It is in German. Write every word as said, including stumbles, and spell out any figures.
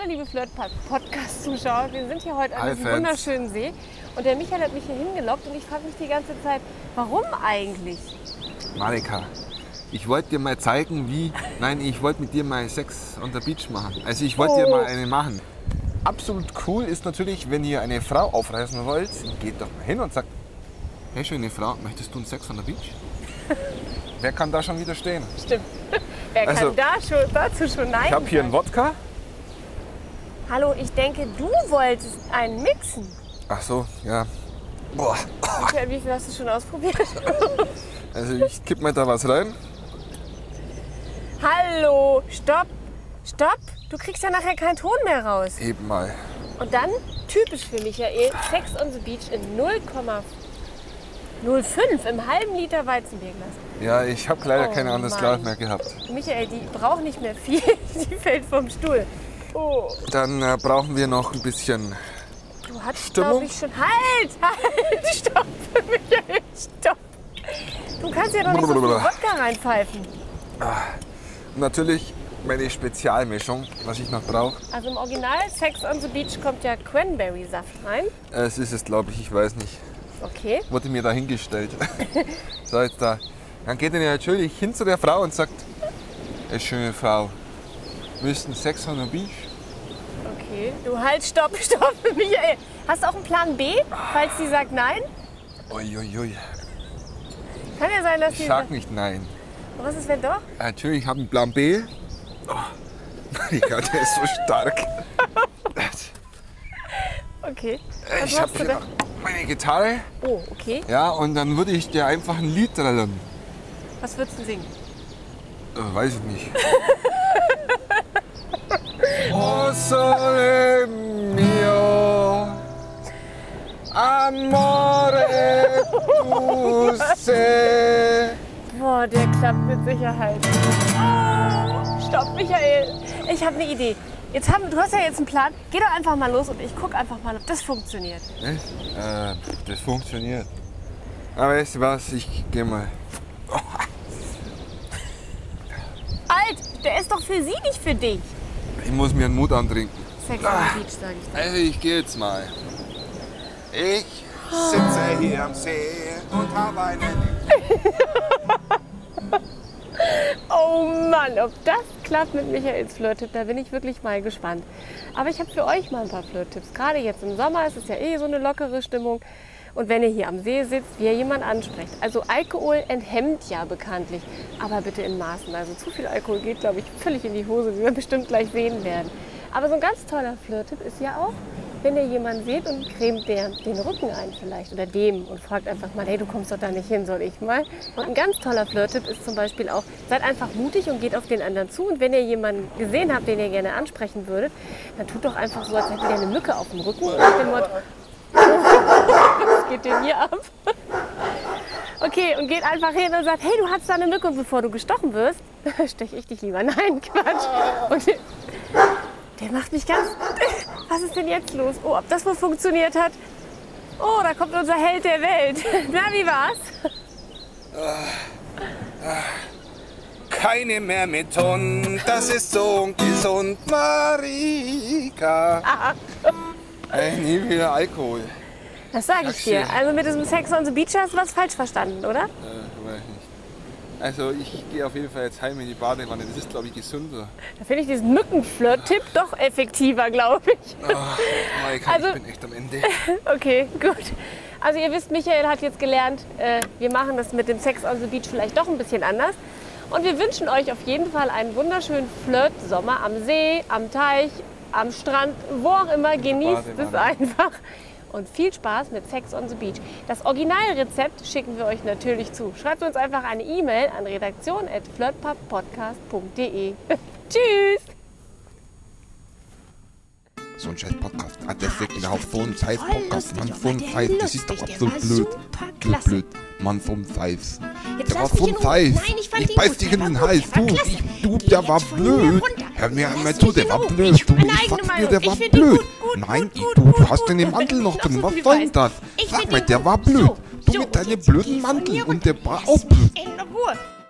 liebe Flirt-Podcast-Zuschauer. Wir sind hier heute an diesem wunderschönen See. Und der Michael hat mich hier hingelockt und ich frage mich die ganze Zeit, warum eigentlich? Marika, ich wollte dir mal zeigen, wie... Nein, ich wollte mit dir mal Sex on the Beach machen. Also ich wollte Oh. dir mal eine machen. Absolut cool ist natürlich, wenn ihr eine Frau aufreißen wollt, geht doch mal hin und sagt, hey schöne Frau, möchtest du einen Sex on the Beach? Wer kann da schon widerstehen? Stimmt. Wer Also, kann da schon, dazu schon Nein Ich habe hier einen sagen? Wodka. Hallo, ich denke, du wolltest einen mixen. Ach so, ja. Boah. Michael, wie viel hast du schon ausprobiert? Also ich kipp mal da was rein. Hallo, stopp, stopp. Du kriegst ja nachher keinen Ton mehr raus. Eben mal. Und dann, typisch für Michael, Sex on the Beach in null Komma null fünf im halben Liter Weizenbierglas. Ja, ich habe leider Oh kein anderes Mann. Glas mehr gehabt. Michael, die braucht nicht mehr viel. Die fällt vom Stuhl. Oh. Dann äh, brauchen wir noch ein bisschen... Du hast, Stimmung? glaube ich, schon... Halt! Halt! Stopp! Michael, stopp! Du kannst ja doch nicht so viel Wodka reinpfeifen. Und natürlich meine Spezialmischung, was ich noch brauche. Also im Original Sex on the Beach kommt ja Cranberry-Saft rein. Es ist es, glaube ich, ich weiß nicht. Okay. Wurde mir da hingestellt. So, jetzt da. Dann geht er natürlich hin zu der Frau und sagt, ey, schöne Frau, willst du einen Sex on the Beach? Okay. Du halt, stopp, stopp, Michael. Hast du auch einen Plan B, falls sie sagt nein? Uiuiui. Ui. Kann ja sein, dass Ich sie... sag nicht nein. Was ist, wenn doch? Natürlich, ich habe einen Plan B. Oh, mein Gott, der ist so stark. Okay. Was Ich habe machst du hier da? noch meine Gitarre. Oh, okay. Ja, und dann würde ich dir einfach ein Lied trällern. Was würdest du singen? Äh, weiß ich nicht. O sole mio, amore tu sei. Boah, der klappt mit Sicherheit. Oh, stopp, Michael. Ich habe eine Idee. Jetzt haben, du hast ja jetzt einen Plan. Geh doch einfach mal los und ich guck einfach mal, ob das funktioniert. Echt? Äh, das funktioniert. Aber weißt du was, ich geh mal. Alt, der ist doch für sie, nicht für dich. Ich muss mir einen Mut antrinken. Sex on the Beach, sag ich dir. Also ich geh jetzt mal. Ich sitze hier am See und habe einen... Oh Mann, ob das klappt mit Michaels Flirt-Tipp, da bin ich wirklich mal gespannt. Aber ich habe für euch mal ein paar Flirt-Tipps. Gerade jetzt im Sommer ist es ja eh so eine lockere Stimmung. Und wenn ihr hier am See sitzt, wie ihr jemand ansprecht. Also Alkohol enthemmt ja bekanntlich, aber bitte in Maßen. Also zu viel Alkohol geht, glaube ich, völlig in die Hose, wie wir bestimmt gleich sehen werden. Aber so ein ganz toller Flirt-Tipp ist ja auch, wenn ihr jemanden seht und cremt der den Rücken ein vielleicht oder dem und fragt einfach mal, hey, du kommst doch da nicht hin, soll ich mal? Und ein ganz toller Flirt-Tipp ist zum Beispiel auch, seid einfach mutig und geht auf den anderen zu. Und wenn ihr jemanden gesehen habt, den ihr gerne ansprechen würdet, dann tut doch einfach so, als hättet ihr eine Mücke auf dem Rücken und nach dem Motto, was geht denn hier ab? Okay, und geht einfach hin und sagt, hey, du hast da eine Mücke und bevor du gestochen wirst, steche ich dich lieber. Nein, Quatsch. Und der, der macht mich ganz... Was ist denn jetzt los? Oh, ob das wohl funktioniert hat? Oh, da kommt unser Held der Welt. Na, wie war's? Keine mehr mit Hund, das ist so ungesund, Marika. Ey, nie wieder Alkohol. Das sage ich dir. Also mit diesem Sex on the Beach hast du was falsch verstanden, oder? Äh, weiß nicht. Also ich gehe auf jeden Fall jetzt heim in die Badewanne, das ist glaube ich gesünder. Da finde ich diesen Mückenflirt-Tipp doch effektiver, glaube ich. Oh, Marika, Also- ich bin echt am Ende. Okay, gut. Also ihr wisst, Michael hat jetzt gelernt, äh, wir machen das mit dem Sex on the Beach vielleicht doch ein bisschen anders. Und wir wünschen euch auf jeden Fall einen wunderschönen Flirt-Sommer am See, am Teich, am Strand, wo auch immer. Genießt es Badewanne. einfach. Und viel Spaß mit Sex on the Beach. Das Originalrezept schicken wir euch natürlich zu. Schreibt uns einfach eine E-Mail an redaktion at flirtpubpodcast punkt de. Tschüss! So ein scheiß Podcast. Ah, deswegen überhaupt so ein scheiß Podcast. Mann, so ein Scheiß. Das ist doch absolut blöd. Blöd, blöd. Mann, so ein Scheiß. Der war so ein Scheiß. Ich beiß dich in den Hals. Du, ich, du, der war blöd. Hör mir einmal zu, der war blöd. Du, ich sag dir, der war blöd. Nein, du, du hast den Mantel noch drin. Was soll denn das? Sag mal, der war blöd. Du mit deinem blöden Mantel. Und der war auch blöd. In Ruhe.